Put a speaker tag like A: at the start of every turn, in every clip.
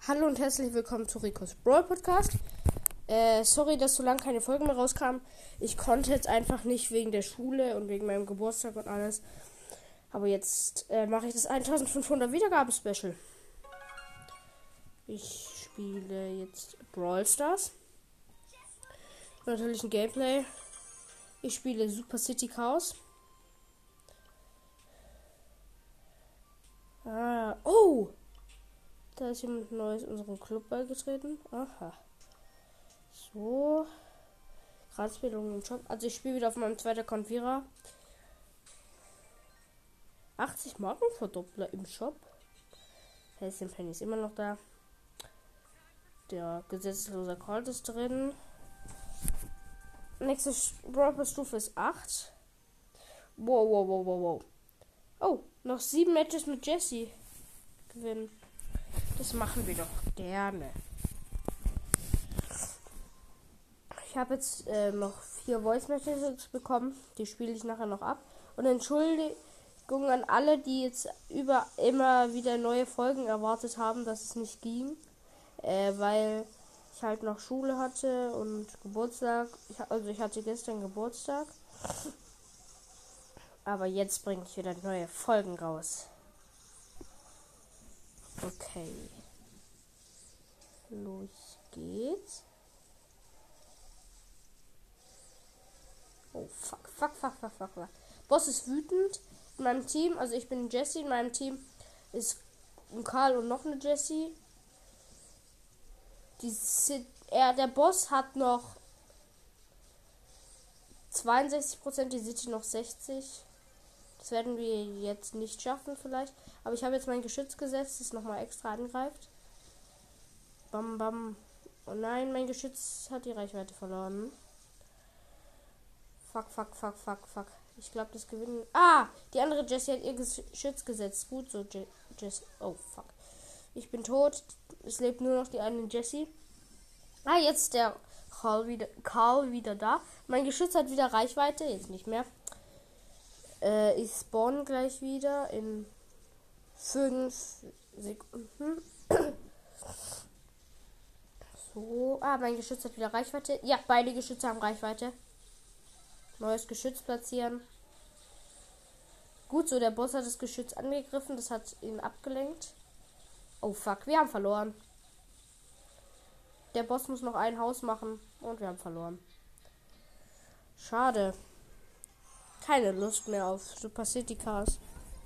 A: Hallo und herzlich willkommen zu Ricos Brawl Podcast. Sorry, dass so lange keine Folgen mehr rauskamen. Ich konnte jetzt einfach nicht wegen der Schule und wegen meinem Geburtstag und alles. Aber jetzt mache ich das 1500 Wiedergaben-Special. Ich spiele jetzt Brawl Stars. Natürlich ein Gameplay. Ich spiele Super City Chaos. Oh! Da ist jemand Neues in unseren Club beigetreten. Aha. So. Gratisbildung im Shop. Also ich spiele wieder auf meinem zweiten Account Vira. 80 Markenverdoppler im Shop. Häschen Penny ist immer noch da. Der gesetzlose Call ist drin. Nächste Brawl Stufe ist 8. Wow. Oh, noch 7 Matches mit Jessie gewinnen. Das machen wir doch gerne. Ich habe jetzt noch 4 Voice Messages bekommen. Die spiele ich nachher noch ab. Und Entschuldigung an alle, die jetzt immer wieder neue Folgen erwartet haben, dass es nicht ging. Weil ich halt noch Schule hatte und Geburtstag. Ich hatte gestern Geburtstag. Aber jetzt bringe ich wieder neue Folgen raus. Okay. Los geht's. Oh, fuck. Boss ist wütend. In meinem Team, also ich bin Jessie, in meinem Team ist ein Karl und noch eine Jessie. Der Boss hat noch 62%, die City noch 60%. Das werden wir jetzt nicht schaffen vielleicht. Aber ich habe jetzt mein Geschütz gesetzt, das nochmal extra angreift. Bam, bam. Oh nein, mein Geschütz hat die Reichweite verloren. Fuck. Ich glaube, das gewinnen. Die andere Jessie hat ihr Geschütz gesetzt. Gut so, Jessie. Oh, fuck. Ich bin tot. Es lebt nur noch die eine Jessie. Jetzt ist der Karl wieder da. Mein Geschütz hat wieder Reichweite. Jetzt nicht mehr. Ich spawn gleich wieder in 5 Sekunden. So. Mein Geschütz hat wieder Reichweite. Ja, beide Geschütze haben Reichweite. Neues Geschütz platzieren. Gut so, der Boss hat das Geschütz angegriffen. Das hat ihn abgelenkt. Oh fuck, wir haben verloren. Der Boss muss noch ein Haus machen. Und wir haben verloren. Schade. Keine Lust mehr auf Super City Chaos.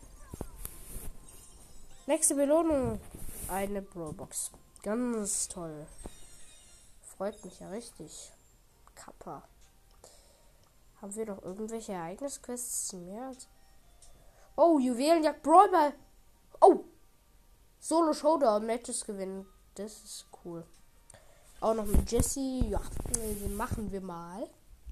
A: Nächste Belohnung. Eine Brawlbox. Ganz toll. Freut mich ja richtig. Kappa. Haben wir doch irgendwelche Ereignisquests mehr? Oh, Juwelenjagd Brawlball. Oh. Solo Showdown Matches gewinnen. Das ist cool. Auch noch mit Jessie. Ja, machen wir mal.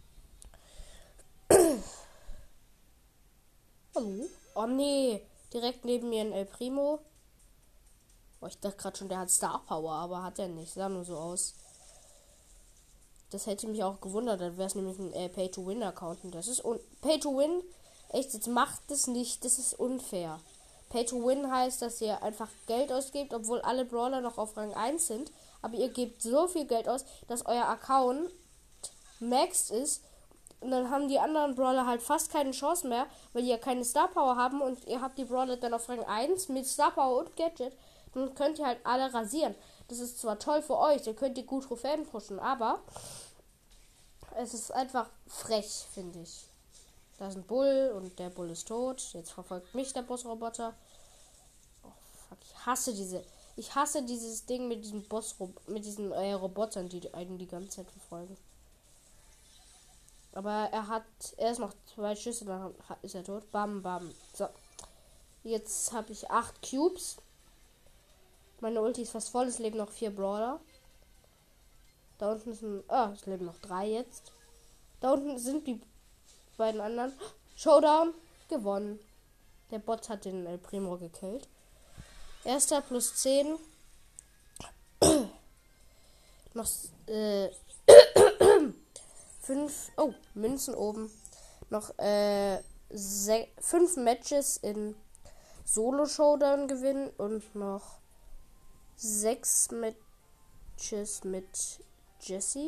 A: Oh nee, direkt neben mir ein El Primo. Oh, ich dachte gerade schon, der hat Star Power, aber hat er nicht. Sah nur so aus. Das hätte mich auch gewundert, dann wäre es nämlich ein Pay-to-Win-Account. Und das ist Pay-to-Win. Echt, jetzt macht es nicht. Das ist unfair. Pay-to-Win heißt, dass ihr einfach Geld ausgebt, obwohl alle Brawler noch auf Rang 1 sind. Aber ihr gebt so viel Geld aus, dass euer Account maxed ist. Und dann haben die anderen Brawler halt fast keine Chance mehr, weil die ja keine Star Power haben und ihr habt die Brawler dann auf Rang 1 mit Star Power und Gadget. Dann könnt ihr halt alle rasieren. Das ist zwar toll für euch, dann könnt ihr gut Trophäen pushen, aber es ist einfach frech, finde ich. Da ist ein Bull und der Bull ist tot. Jetzt verfolgt mich der Bossroboter. Oh fuck, ich hasse dieses Ding mit diesem Robotern, die einen die ganze Zeit verfolgen. Aber er ist noch 2 Schüsse, dann ist er tot. Bam, bam. So. Jetzt habe ich 8 Cubes. Meine Ulti ist fast voll. Es leben noch 4 Brawler. Da unten ist es leben noch 3 jetzt. Da unten sind die beiden anderen. Showdown. Gewonnen. Der Bot hat den El Primo gekillt. Erster plus 10. Noch 5 Münzen oben. Noch 5 Matches in Solo Showdown gewinnen und noch 6 Matches mit Jessie.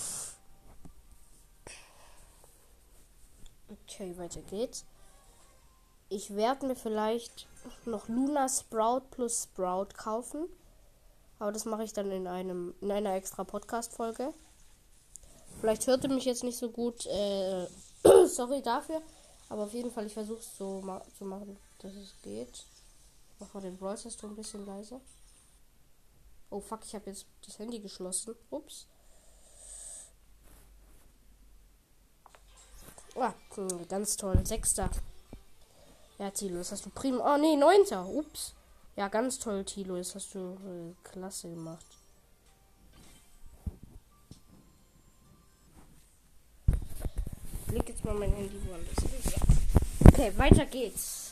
A: Okay, weiter geht's. Ich werde mir vielleicht noch Luna Sprout plus Sprout kaufen. Aber das mache ich dann in einer extra Podcast-Folge. Vielleicht hört ihr mich jetzt nicht so gut. Sorry dafür. Aber auf jeden Fall, ich versuche es so zu machen, dass es geht. Ich mache mal den Browser ein bisschen leiser. Oh fuck, ich habe jetzt das Handy geschlossen. Ups. Ah, ganz toll. 6. Ja, Tilo, das hast du prima. Oh nee, 9. Ups. Ja, ganz toll, Tilo. Das hast du klasse gemacht. Ich leg jetzt mal mein Handy woanders. Okay, weiter geht's.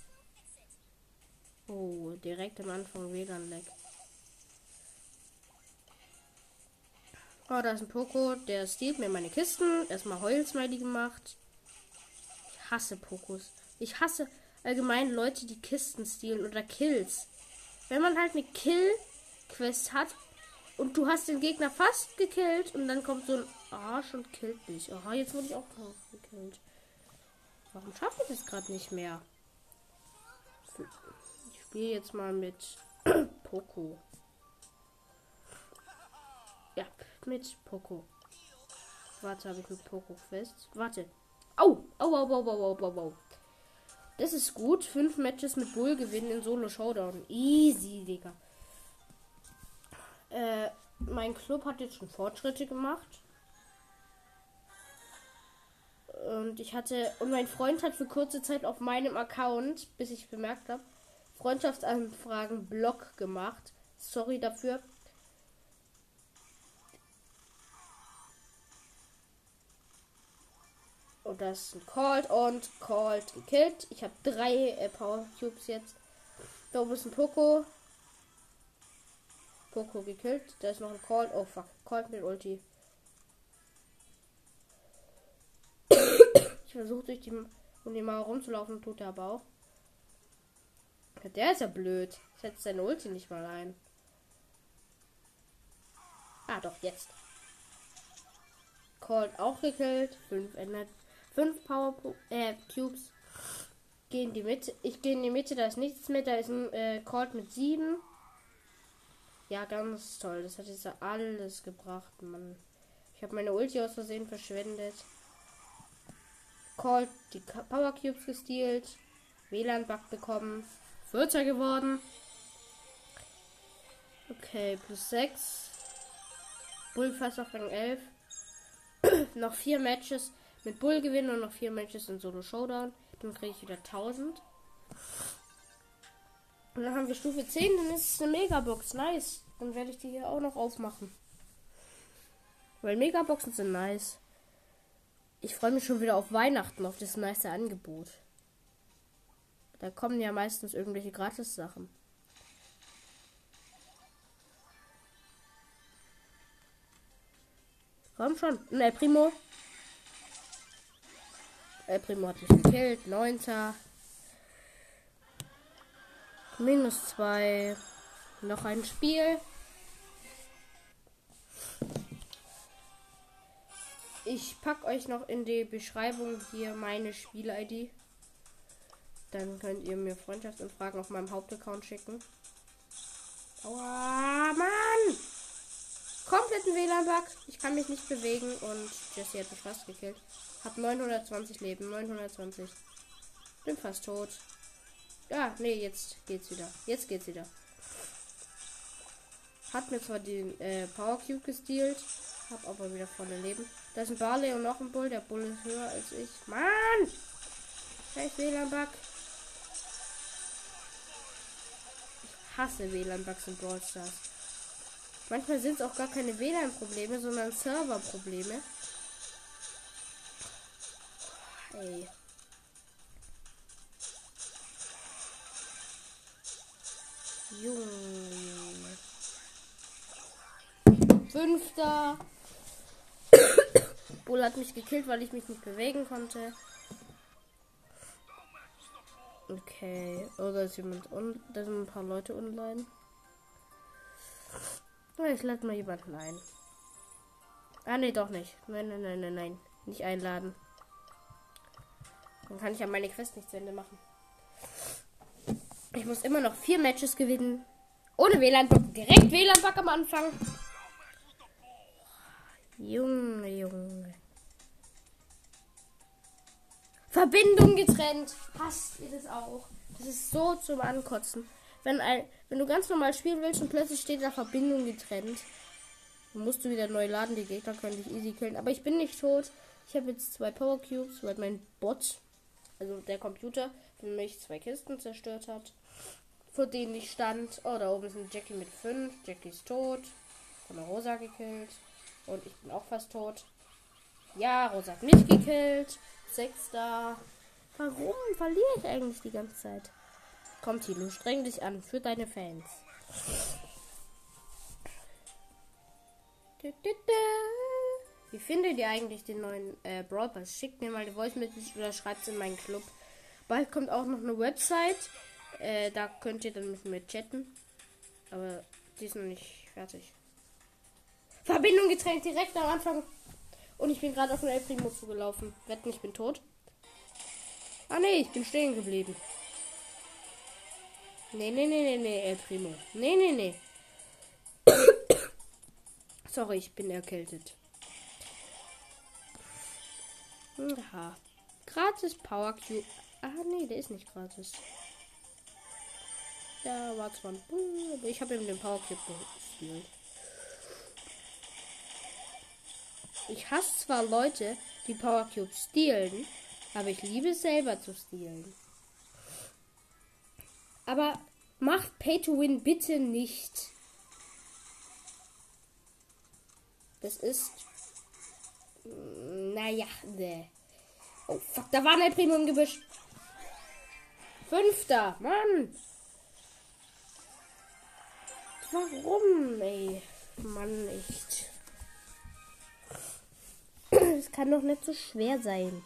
A: Oh, direkt am Anfang WLAN-Lag. Oh, da ist ein Poco, der stiehlt mir meine Kisten. Erstmal Heul-Smiley gemacht. Ich hasse Pokos. Ich hasse allgemein Leute, die Kisten stehlen oder Kills. Wenn man halt eine Kill-Quest hat und du hast den Gegner fast gekillt und dann kommt so ein Arsch und killt dich. Aha, jetzt wurde ich auch noch gekillt. Warum schaffe ich das gerade nicht mehr? Ich spiele jetzt mal mit Poco. Ja, mit Poco. Warte, habe ich mit Poco Quest? Warte. Au! Au, au, au, au, au, au. Das ist gut. 5 Matches mit Bull gewinnen in Solo Showdown. Easy, Digga. Mein Club hat jetzt schon Fortschritte gemacht. Und mein Freund hat für kurze Zeit auf meinem Account, bis ich bemerkt habe, Freundschaftsanfragen Block gemacht. Sorry dafür. Und das ist ein Called gekillt. Ich habe 3 Power Cubes jetzt. Da oben ist ein Poco. Poco gekillt. Da ist noch ein Called. Oh fuck. Called mit Ulti. Ich versuche um die Mauer rumzulaufen, tut er aber auch. Der ist ja blöd. Setzt seine Ulti nicht mal ein. Ah, doch, jetzt. Called auch gekillt. 5 Power Cubes. Geh in die Mitte. Ich gehe in die Mitte, da ist nichts mehr. Da ist ein Called mit 7. Ja, ganz toll. Das hat jetzt alles gebracht, Mann. Ich habe meine Ulti aus Versehen verschwendet. Called die Power Cubes gestealt. WLAN-Bug bekommen. 4. geworden. Okay, plus 6. Bull fast auf Rang 11. Noch 4 Matches mit Bull gewinnen und noch 4 Matches in Solo Showdown. Dann kriege ich wieder 1000. Und dann haben wir Stufe 10, dann ist es eine Megabox. Nice. Dann werde ich die hier auch noch aufmachen. Weil Megaboxen sind nice. Ich freue mich schon wieder auf Weihnachten, auf das nice Angebot. Da kommen ja meistens irgendwelche Gratis-Sachen. Komm schon. El Primo. El Primo hat mich gekillt. 9. Minus 2. Noch ein Spiel. Ich packe euch noch in die Beschreibung hier meine Spiel-ID. Dann könnt ihr mir Freundschaftsanfragen auf meinem Hauptaccount schicken. Aua, Mann! Kompletten WLAN-Bug. Ich kann mich nicht bewegen und Jessie hat mich fast gekillt. Hab 920 Leben. 920. Bin fast tot. Ja, nee, jetzt geht's wieder. Jetzt geht's wieder. Hat mir zwar den Power Cube gestealt. Hab aber wieder volle Leben. Da ist ein Barley und noch ein Bull. Der Bull ist höher als ich. Mann! Scheiß WLAN-Bug. Ich hasse WLAN-Bugs in Brawl Stars. Manchmal sind es auch gar keine WLAN-Probleme, sondern Server-Probleme. Hey. Junge. 5. Bull hat mich gekillt, weil ich mich nicht bewegen konnte. Okay. Oh, da ist jemand da sind ein paar Leute online. Ich lade mal jemanden ein. Ah, nee, doch nicht. Nein. Nicht einladen. Dann kann ich ja meine Quest nicht zu Ende machen. Ich muss immer noch 4 Matches gewinnen. Ohne WLAN-Bug. Direkt WLAN-Bug am Anfang. Junge. Verbindung getrennt. Hasst ihr das auch? Das ist so zum Ankotzen. Wenn du ganz normal spielen willst und plötzlich steht da Verbindung getrennt, dann musst du wieder neu laden. Die Gegner können dich easy killen. Aber ich bin nicht tot. Ich habe jetzt 2 Power Cubes, weil mein Bot, also der Computer, für mich 2 Kisten zerstört hat, vor denen ich stand. Oh, da oben ist ein Jackie mit 5. Jackie ist tot. Von der Rosa gekillt. Und ich bin auch fast tot. Ja, Rosa hat mich gekillt. 6 da. Warum verliere ich eigentlich die ganze Zeit? Komm, Tilo, streng dich an für deine Fans. Wie findet ihr eigentlich den neuen Brawl Pass? Schickt mir mal eine Voice Message oder schreibt es in meinen Club. Bald kommt auch noch eine Website. Da könnt ihr dann mit mir chatten. Aber die ist noch nicht fertig. Verbindung getrennt direkt am Anfang. Und ich bin gerade auf den El Primo zugelaufen. Wetten, ich bin tot. Ah nee, ich bin stehen geblieben. Nee, El Primo. Nee. Sorry, ich bin erkältet. Ja. Gratis Power Cube. Ah nee, der ist nicht gratis. Da war zwar ein Bull, aber ich habe ihm den Power Cube gespielt. Ich hasse zwar Leute, die Power Cube stehlen, aber ich liebe es selber zu stehlen. Aber macht Pay to Win bitte nicht. Das ist... Naja, ne. Oh fuck, da war ein Primo im Gebüsch. 5. Mann. Warum, ey? Mann, echt. Es kann doch nicht so schwer sein.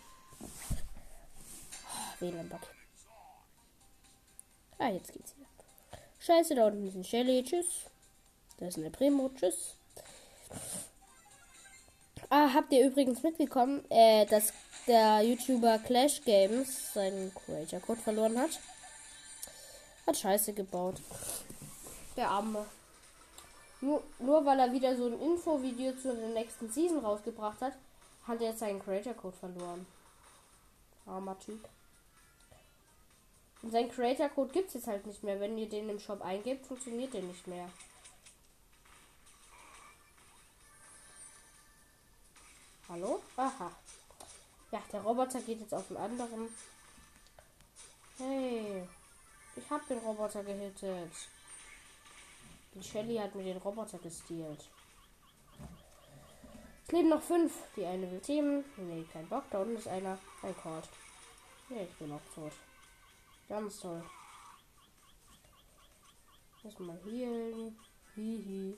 A: Oh, WLAN-Bug. Ah, jetzt geht's wieder. Scheiße, da unten ist ein Shelly. Tschüss. Da ist eine Primo. Tschüss. Ah, habt ihr übrigens mitbekommen, dass der YouTuber Clash Games seinen Creator Code verloren hat? Hat Scheiße gebaut. Der Arme. Nur weil er wieder so ein Infovideo zu der nächsten Season rausgebracht hat, hat er seinen Creator Code verloren. Armer Typ. Und sein Creator Code gibt es jetzt halt nicht mehr. Wenn ihr den im Shop eingebt, funktioniert der nicht mehr. Hallo? Aha. Ja, der Roboter geht jetzt auf den anderen. Hey. Ich hab den Roboter gehittet. Die Shelly hat mir den Roboter gestealt. Es leben noch 5. Die eine will teamen. Nee, kein Bock. Da unten ist einer. Ein Cord. Nee, ich bin auch tot. Ganz toll. Erstmal healen. Hihi.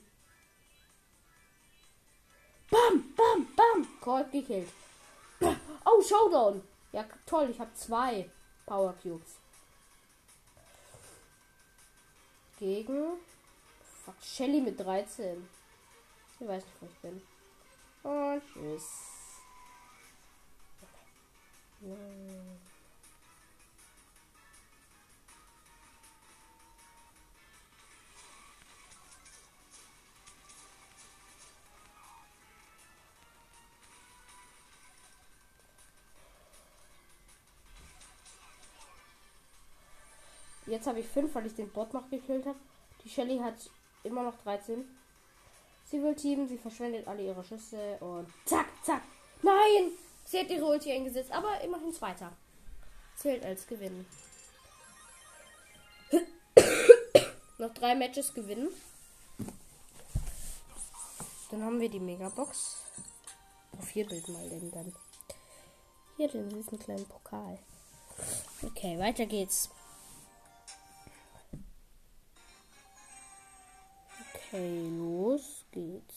A: Bam, bam, bam. Cord gekillt. Oh, Showdown. Ja, toll. Ich habe 2 Power Cubes. Gegen... Fuck, Shelly mit 13. Ich weiß nicht, wo ich bin. Und tschüss. Jetzt habe ich 5, weil ich den Bot noch gekillt habe. Die Shelly hat immer noch 13. Sie will teamen, sie verschwendet alle ihre Schüsse und zack, zack. Nein! Sie hat ihre Ulti eingesetzt, aber immerhin 2. Zählt als Gewinn. Noch 3 Matches gewinnen. Dann haben wir die Megabox. Auf 4 Bild mal denn dann. Hier, den süßen kleinen Pokal. Okay, weiter geht's. Okay, los geht's.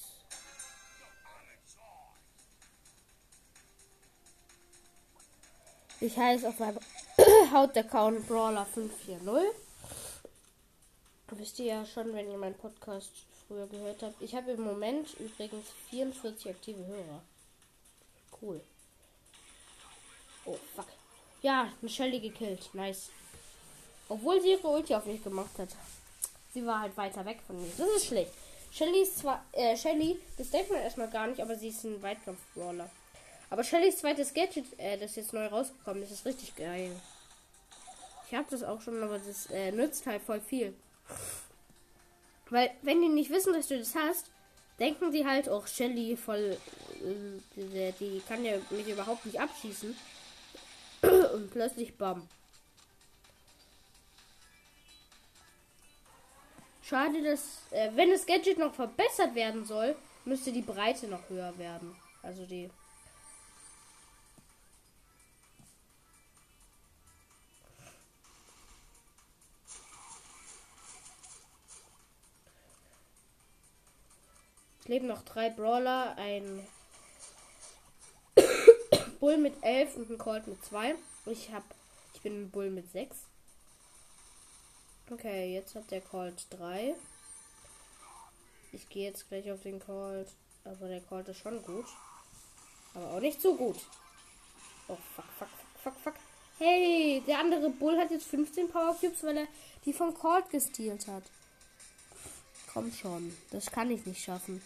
A: Ich heiße auf meinem Haut-Account Brawler 540. Wisst ihr ja schon, wenn ihr meinen Podcast früher gehört habt. Ich habe im Moment übrigens 44 aktive Hörer. Cool. Oh, fuck. Ja, eine Shelly gekillt. Nice. Obwohl sie ihre Ulti auf mich gemacht hat. Sie war halt weiter weg von mir. Das ist schlecht. Shelly ist zwar, Shelly, das denkt man erstmal gar nicht, aber sie ist ein Weitkampf-Brawler. Aber Shellys zweites Gadget, das jetzt neu rausgekommen ist, ist richtig geil. Ich habe das auch schon, aber das nützt halt voll viel. Weil, wenn die nicht wissen, dass du das hast, denken die halt, auch Shelly voll, die kann ja mich überhaupt nicht abschießen. Und plötzlich bam. Schade, dass, wenn das Gadget noch verbessert werden soll, müsste die Breite noch höher werden. Also die... Es leben noch 3 Brawler, ein Bull mit 11 und ein Colt mit 2. Ich bin ein Bull mit 6. Okay, jetzt hat der Colt 3. Ich gehe jetzt gleich auf den Colt. Aber der Colt ist schon gut. Aber auch nicht so gut. Oh, fuck. Hey, der andere Bull hat jetzt 15 Power Cubes, weil er die vom Colt gestealt hat. Komm schon, das kann ich nicht schaffen.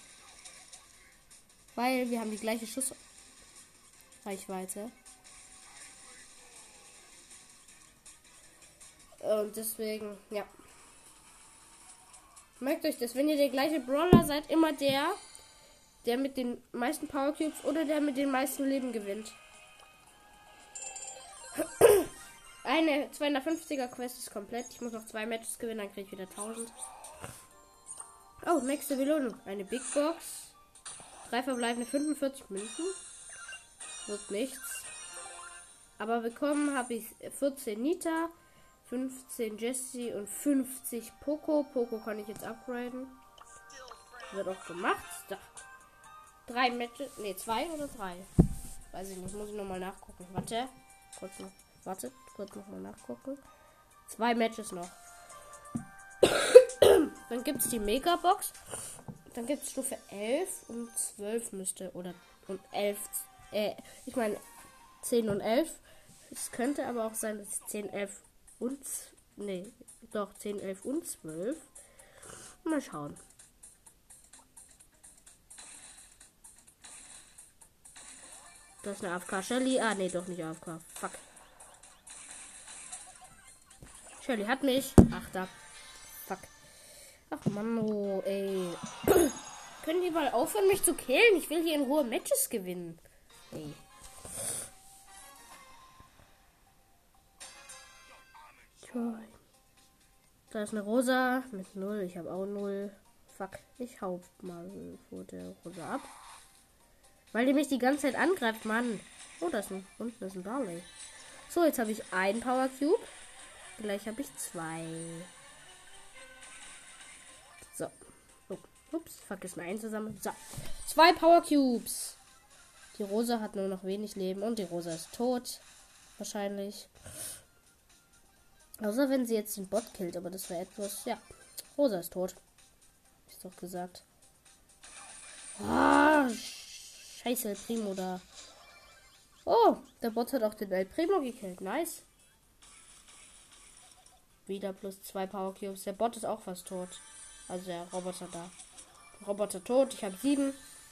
A: Weil wir haben die gleiche Schussreichweite. Und deswegen, ja. Merkt euch das, wenn ihr der gleiche Brawler seid, immer der mit den meisten Power Cubes oder der mit den meisten Leben gewinnt. Eine 250er Quest ist komplett. Ich muss noch 2 Matches gewinnen, dann kriege ich wieder 1000. Oh, nächste Belohnung. Eine Big Box. 3 verbleibende 45 Münzen. Wird nichts. Aber bekommen habe ich 14 Nita, 15 Jessie und 50 Poco. Poco kann ich jetzt upgraden. Wird auch gemacht. Da. 3 Matches. Ne, 2 oder 3? Weiß ich nicht. Muss ich nochmal nachgucken. Kurz nochmal nachgucken. 2 Matches noch. Dann gibt es die Megabox. Dann gibt es Stufe 11 und 12 müsste. Und 11. Ich meine 10 und 11. Es könnte aber auch sein, dass 10, 11 und... Nee, doch 10, 11 und 12. Mal schauen. Das ist eine AFK Shelly. Ah, nee, doch nicht AFK. Fuck. Shelly hat mich. Ach, da. Fuck. Ach, Mann, oh, ey. Können die mal aufhören, mich zu killen? Ich will hier in Ruhe Matches gewinnen. Ey. Da ist eine Rosa mit 0. Ich habe auch 0. Fuck. Ich hau mal vor der Rosa ab. Weil die mich die ganze Zeit angreift, Mann. Oh, unten ist ein Barley. So, jetzt habe ich einen Power Cube. Gleich habe ich 2. So. Oh, ups, fuck, ist mir ein zusammen. So. 2 Power Cubes. Die Rosa hat nur noch wenig Leben und die Rosa ist tot. Wahrscheinlich. Außer wenn sie jetzt den Bot killt, aber das wäre etwas. Ja. Rosa ist tot. Ist doch gesagt. Ah, scheiße, El Primo da. Oh, der Bot hat auch den El Primo gekillt. Nice. Wieder plus 2 Power Cubes. Der Bot ist auch fast tot. Also der Roboter da. Roboter tot. Ich habe 7.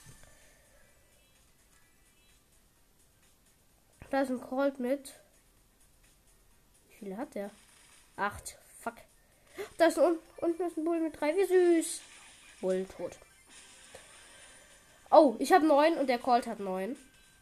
A: Da ist ein Colt mit. Wie viele hat der? 8. Fuck. Da ist unten ist ein Bull mit 3. Wie süß. Bull tot. Oh, ich habe 9 und der Colt hat 9.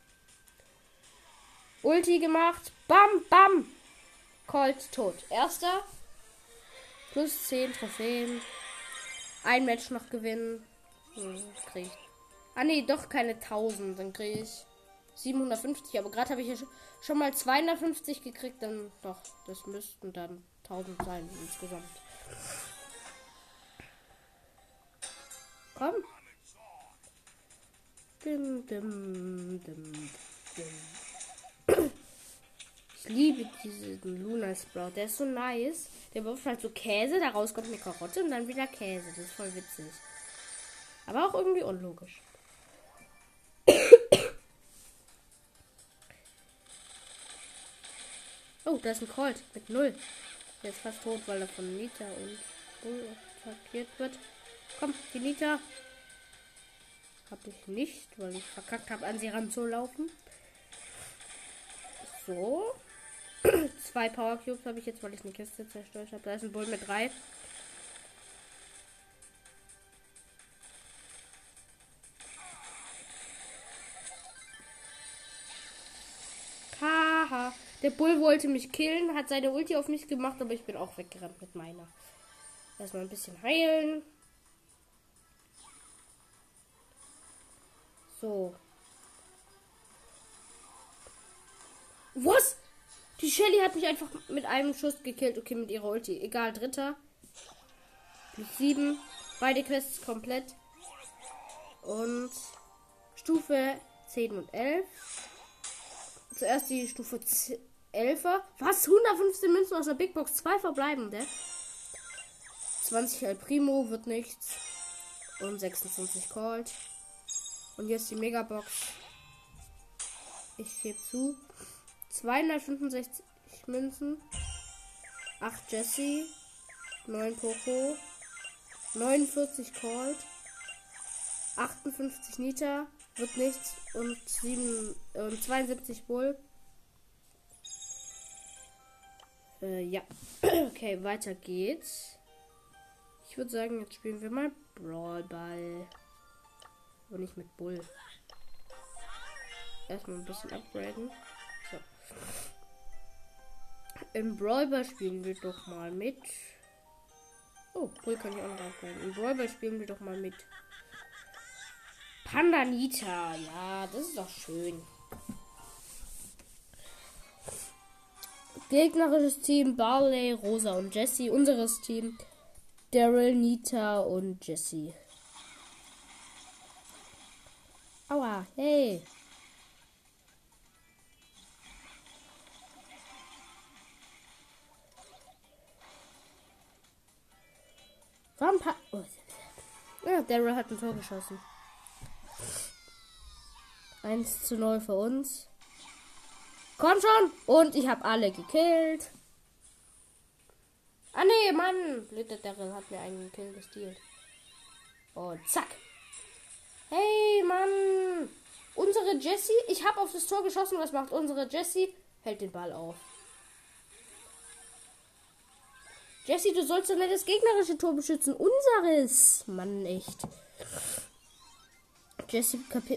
A: Ulti gemacht. Bam, bam. Colt tot. Erster. Plus 10 Trophäen. Ein Match noch gewinnen. Krieg ich. Ah nee, doch keine 1000. Dann kriege ich 750. Aber gerade habe ich ja schon mal 250 gekriegt. Dann doch. Das müssten dann 1000 sein insgesamt. Komm. Ich liebe diesen Luna Sprout. Der ist so nice. Der wirft halt so Käse, daraus kommt eine Karotte und dann wieder Käse. Das ist voll witzig. Aber auch irgendwie unlogisch. Oh, da ist ein Colt mit 0. Der ist fast tot, weil er von Nita und Bull attackiert wird. Komm, die Nita. Hab ich nicht, weil ich verkackt habe, an sie ranzulaufen. So. 2 Power Cubes habe ich jetzt, weil ich eine Kiste zerstört habe. Da ist ein Bull mit 3. Haha. Der Bull wollte mich killen, hat seine Ulti auf mich gemacht, aber ich bin auch weggerannt mit meiner. Erstmal ein bisschen heilen. So. Was? Die Shelly hat mich einfach mit einem Schuss gekillt. Okay, mit ihrer Ulti. Egal, dritter. Plus 7. Beide Quests komplett. Und Stufe 10 und 11. Zuerst die Stufe 11er. Was? 115 Münzen aus der Big Box. 2 verbleibende. 20 El Primo wird nichts. Und 26 Colt. Und jetzt die Megabox. Ich heb zu. 265 Münzen. 8 Jessie. 9 Poco. 49 Colt. 58 Nita. Wird nichts. Und 72 Bull. Ja. Okay, weiter geht's. Ich würde sagen, jetzt spielen wir mal Brawl Ball. Aber nicht mit Bull. Erstmal ein bisschen upgraden. So. Im Brawl Ball spielen wir doch mal mit. Oh, Bull kann ich auch noch upgraden. Im Brawl Ball spielen wir doch mal mit Panda Nita. Ja, das ist doch schön. Gegnerisches Team Barley, Rosa und Jessie. Unseres Team Daryl, Nita und Jessie. Aua, hey. Warum ja, Daryl hat ein Tor geschossen. 1:0 für uns. Komm schon! Und ich habe alle gekillt. Ah nee, Mann! Blöder Daryl hat mir einen Kill gestealt. Und zack. Hey, Mann! Unsere Jessie, ich habe auf das Tor geschossen. Was macht unsere Jessie? Hält den Ball auf. Jessie, du sollst doch nicht das gegnerische Tor beschützen. Unseres. Mann, echt. Jessie kapiert.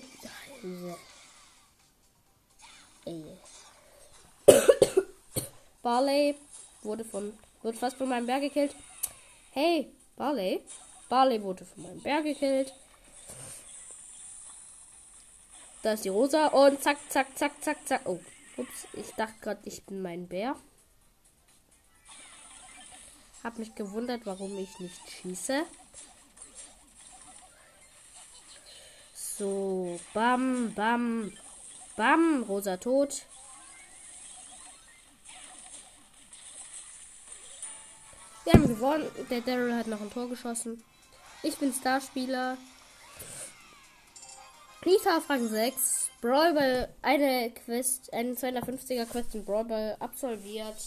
A: Barley wird fast von meinem Bär gekillt. Hey, Barley. Barley wurde von meinem Bär gekillt. Da ist die Rosa. Und zack, zack, zack, zack, zack. Oh, ups. Ich dachte gerade, ich bin mein Bär. Hab mich gewundert, warum ich nicht schieße. So, bam, bam, bam. Rosa tot. Wir haben gewonnen. Der Daryl hat noch ein Tor geschossen. Ich bin Starspieler. Nita auf Rang 6. Brawl Ball, eine 250er Quest in Brawl Ball absolviert.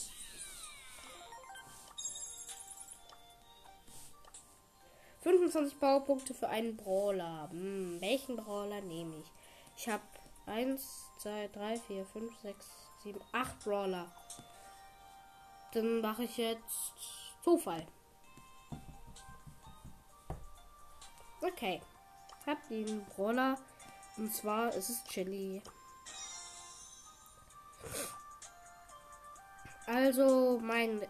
A: Powerpunkte für einen Brawler. Welchen Brawler nehme ich? Ich habe 1, 2, 3, 4, 5, 6, 7, 8 Brawler. Dann mache ich jetzt Zufall. Okay. Ich habe den Brawler. Und zwar ist es Chili. Also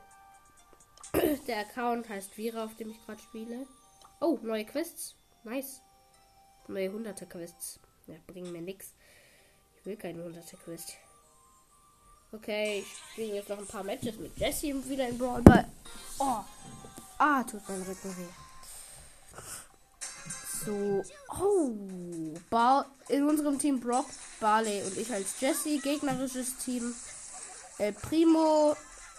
A: der Account heißt Vira, auf dem ich gerade spiele. Oh, neue Quests. Nice. Neue 100er Quests. Ja, bringen mir nix. Ich will keine 100er Quest. Okay, ich spiele jetzt noch ein paar Matches mit Jessie wieder in Brawl Ball. Oh. Tut mein Rücken weh. So. Oh. In unserem Team Brock, Barley und ich als Jessie. Gegnerisches Team Primo,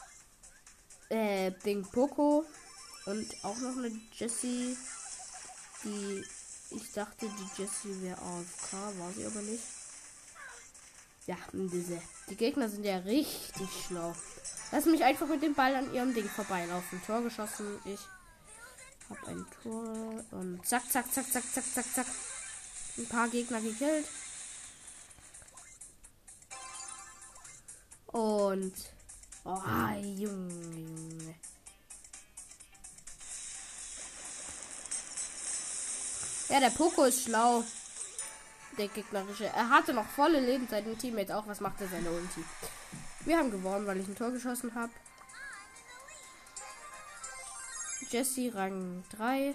A: Ding Poco und auch noch eine Jessie, die ich dachte, die Jessie wäre AFK, war sie aber nicht. Ja, diese. Die Gegner sind ja richtig schlau. Lass mich einfach mit dem Ball an ihrem Ding vorbeilaufen. Tor geschossen, ich habe ein Tor und zack, zack, zack, zack, zack, zack, zack. Ein paar Gegner gekillt. Und oh, Junge. Ja, der Poco ist schlau. Der gegnerische. Er hatte noch volle Leben, seine Teammates auch. Was macht er seine Ulti? Wir haben gewonnen, weil ich ein Tor geschossen habe. Jessie Rang 3.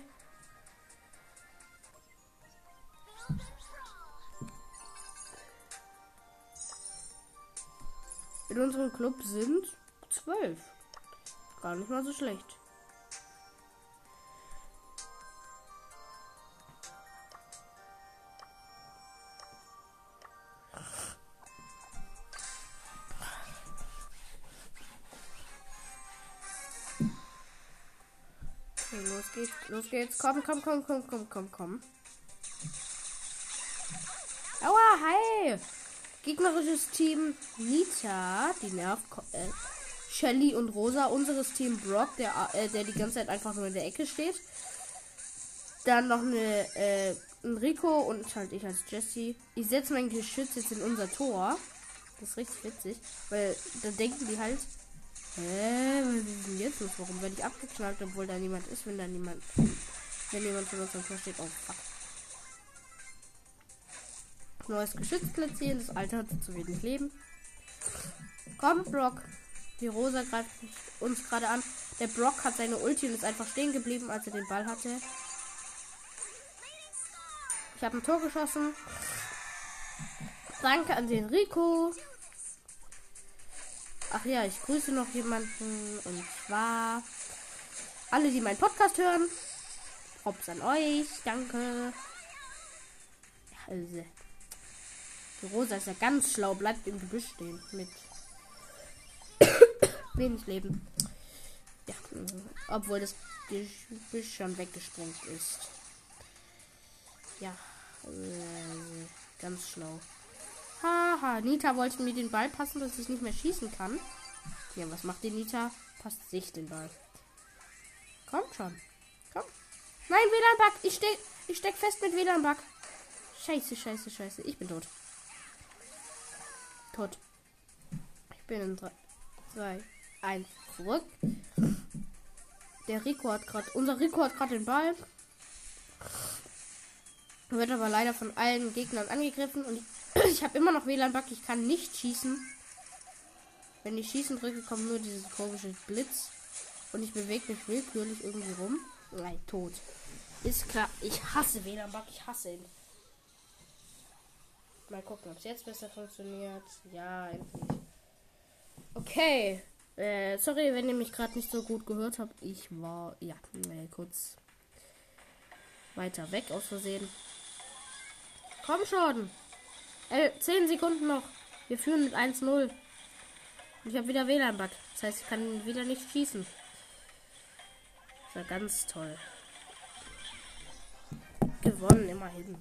A: In unserem Club sind 12. Gar nicht mal so schlecht. Okay, los geht's, los geht's. Komm, komm, komm, komm, komm, komm, komm. Aua, hi! Gegnerisches Team Nita, die nervt, Shelly und Rosa. Unseres Team Brock, der die ganze Zeit einfach nur in der Ecke steht. Dann noch ein Rico und halt ich als Jessie. Ich setze mein Geschütz jetzt in unser Tor. Das ist richtig witzig, weil dann denken die halt, was ist denn jetzt los? Warum werde ich abgeknallt, obwohl da niemand ist, wenn jemand von uns am Tor steht? Oh fuck. Neues Geschütz platzieren, das alte hat zu wenig Leben. Komm, Brock. Die Rosa greift uns gerade an. Der Brock hat seine Ulti und ist einfach stehen geblieben, als er den Ball hatte. Ich habe ein Tor geschossen. Danke an den Rico. Ach ja, ich grüße noch jemanden. Und zwar alle, die meinen Podcast hören. Props an euch. Danke. Ja, also. Die Rosa ist ja ganz schlau. Bleibt im Gebüsch stehen. Mit wenig Leben. Ja, obwohl das Gebüsch schon weggesprengt ist. Ja, ganz schlau. Haha, Nita wollte mir den Ball passen, dass ich nicht mehr schießen kann. Ja, was macht die Nita? Passt sich den Ball. Kommt schon. Komm. Nein, WLAN-Bug. Ich steck fest mit WLAN-Bug. Scheiße, scheiße, scheiße. Ich bin tot. Tot. Ich bin in 3, 2, 1 zurück. Unser Rico hat gerade den Ball. Wird aber leider von allen Gegnern angegriffen und ich habe immer noch WLAN-Bug. Ich kann nicht schießen. Wenn ich schießen drücke, kommt nur dieses komische Blitz und ich bewege mich willkürlich irgendwie rum. Nein, tot. Ist klar. Ich hasse WLAN-Bug. Ich hasse ihn. Mal gucken, ob es jetzt besser funktioniert. Ja, endlich. Okay. Sorry, wenn ihr mich gerade nicht so gut gehört habt. Ich war, ja, kurz weiter weg aus Versehen. Komm schon. 10 Sekunden noch. Wir führen mit 1-0. Und ich habe wieder WLAN-Bug. Das heißt, ich kann wieder nicht schießen. Das war ganz toll. Gewonnen, immerhin.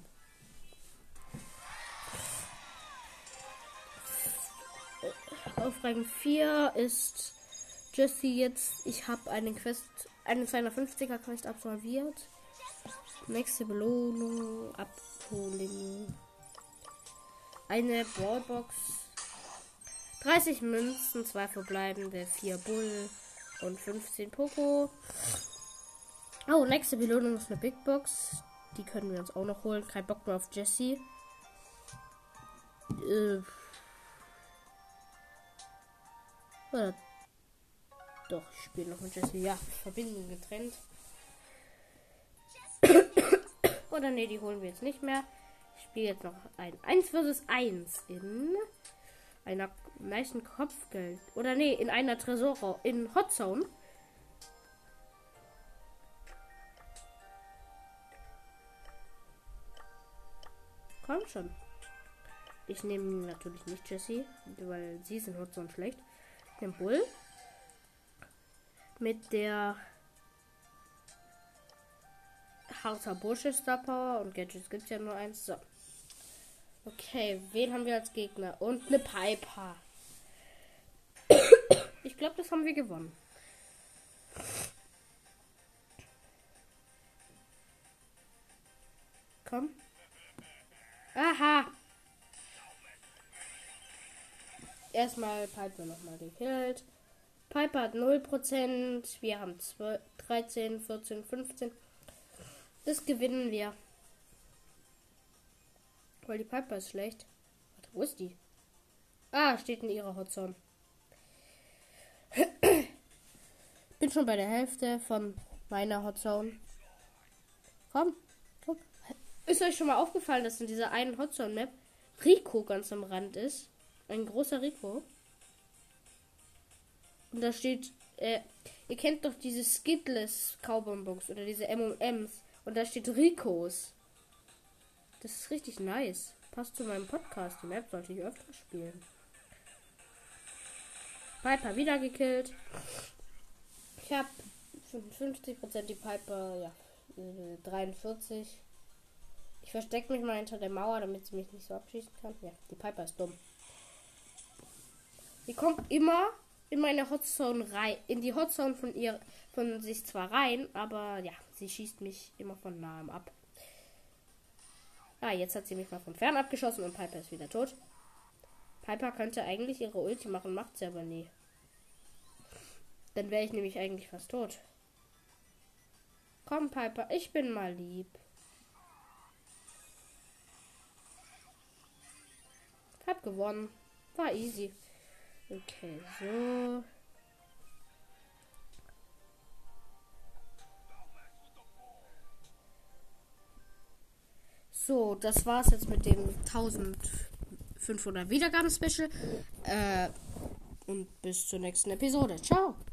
A: Auf Rang 4 ist Jessie jetzt. Ich habe eine 250er Quest absolviert. Nächste Belohnung abholen. Eine Ballbox. 30 Münzen, 2 verbleibende, 4 Bull und 15 Poco. Oh, nächste Belohnung ist eine Big Box. Die können wir uns auch noch holen. Kein Bock mehr auf Jessie. Doch, ich spiele noch mit Jessie. Ja, Verbindung getrennt. Oder nee, die holen wir jetzt nicht mehr. Ich spiele jetzt noch ein 1 vs 1 in einer nicen Kopfgeld. Oder nee, in einer Tresor in Hot Zone. Komm schon. Ich nehme natürlich nicht Jessie, weil sie ist in Hot Zone schlecht. den Bull. Mit der harter Bursche Star Power und Gadgets gibt es ja nur eins. So. Okay, wen haben wir als Gegner? Und eine Piper. Ich glaube, das haben wir gewonnen. Komm. Aha. Erstmal Piper nochmal gekillt. Piper hat 0%. Wir haben 12, 13, 14, 15. Das gewinnen wir. Weil die Piper ist schlecht. Warte, wo ist die? Ah, steht in ihrer Hotzone. Bin schon bei der Hälfte von meiner Hotzone. Komm. Ist euch schon mal aufgefallen, dass in dieser einen Hotzone-Map Rico ganz am Rand ist? Ein großer Rico. Und da steht, ihr kennt doch diese Skitless Cowboy-Box oder diese M&M's. Und da steht Ricos. Das ist richtig nice. Passt zu meinem Podcast. Die Map sollte ich öfter spielen. Piper wieder gekillt. Ich habe 55%, die Piper, ja, 43. Ich verstecke mich mal hinter der Mauer, damit sie mich nicht so abschießen kann. Ja, die Piper ist dumm. Die kommt immer in meine Hotzone rein, in die Hotzone von sich zwar rein, aber ja, sie schießt mich immer von nahem ab. Ah, jetzt hat sie mich mal von fern abgeschossen und Piper ist wieder tot. Piper könnte eigentlich ihre Ulti machen, macht sie aber nie. Dann wäre ich nämlich eigentlich fast tot. Komm, Piper, ich bin mal lieb. Hab gewonnen. War easy. Okay, so. So, das war's jetzt mit dem 1500 Wiedergaben-Special. Und bis zur nächsten Episode. Ciao.